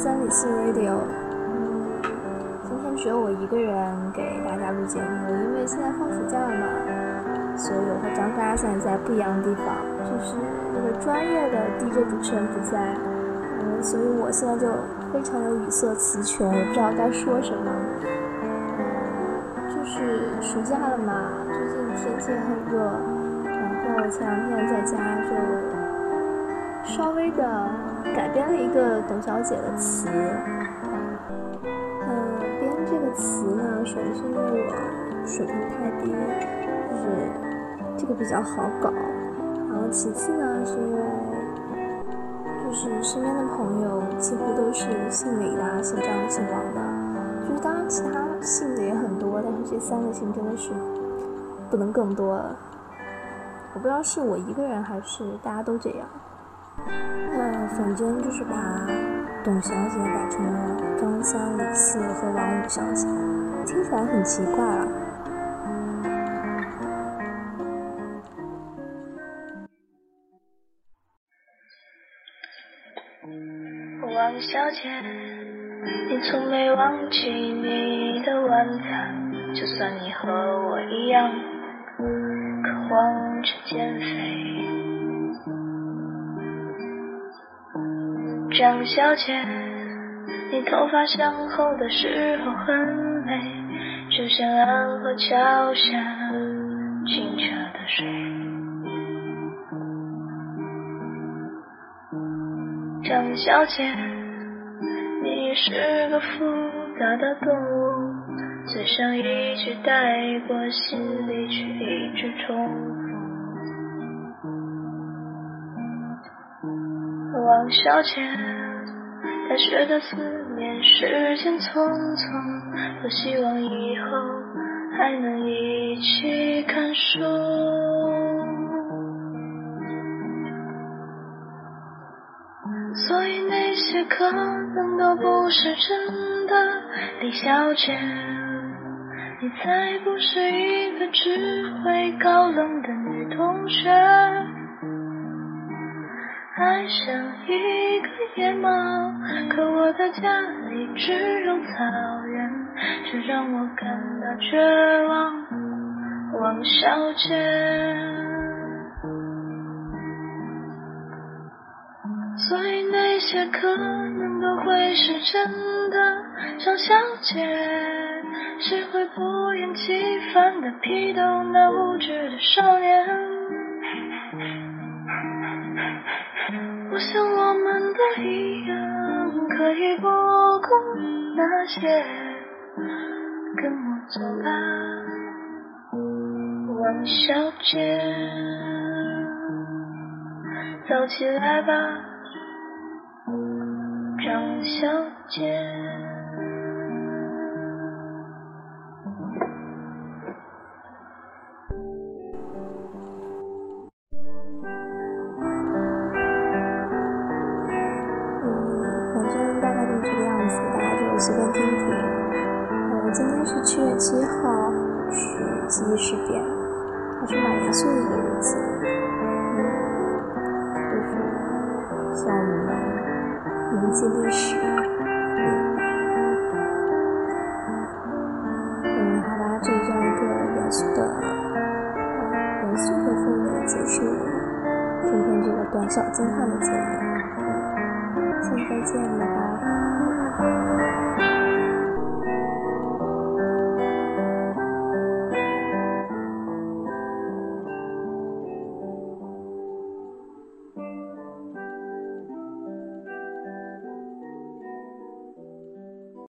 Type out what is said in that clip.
三里四 Radio。今天只有我一个人给大家录节目，因为现在放暑假了嘛，所以我和张莎现在在不一样的地方，就是这个专业的 DJ 主持人不在，所以我现在就非常的语塞词穷，也不知道该说什么。就是暑假了嘛，最近天气很热，然后前2天在家就稍微的改编了一个董小姐的词。编这个词呢，首先是因为我水平太低，就是这个比较好搞，然后其次呢是因为就是身边的朋友几乎都是姓李的、姓张、姓王的，就是当然其他姓的也很多，但是这3个姓真的是不能更多了。我不知道是我一个人还是大家都这样。反正就是把董小姐改成了张三李四和王五小姐，听起来很奇怪啊。 王小姐，你从没忘记你的晚餐，就算你和我一样渴望着减肥。张小姐，你头发向后的时候很美，就像安河桥下清澈的水。张小姐，你是个复杂的动物，嘴上一句带过，心里却一直重复。王小姐，大学的4年时间匆匆，多希望以后还能一起看书。所以那些可能都不是真的，李小姐，你才不是一个只会高冷的女同学，爱像一个野猫，可我的家里只有草原，这让我感到绝望。王小姐，所以那些可能都会是真的。张小姐，谁会不厌其烦地批斗那无知的少年？我想我们都一样，可以不顾那些，跟我走吧，王小姐，走起来吧，张小姐。 反正大概就是这个样子，大家就随便听听。今天是7月7号，是记忆事变，还是蛮严肃的一个日子。就是希望我们能铭记历史。好吧，就这样一个严肃的氛围结束今天这个短小精悍的节目。下次再见，拜拜。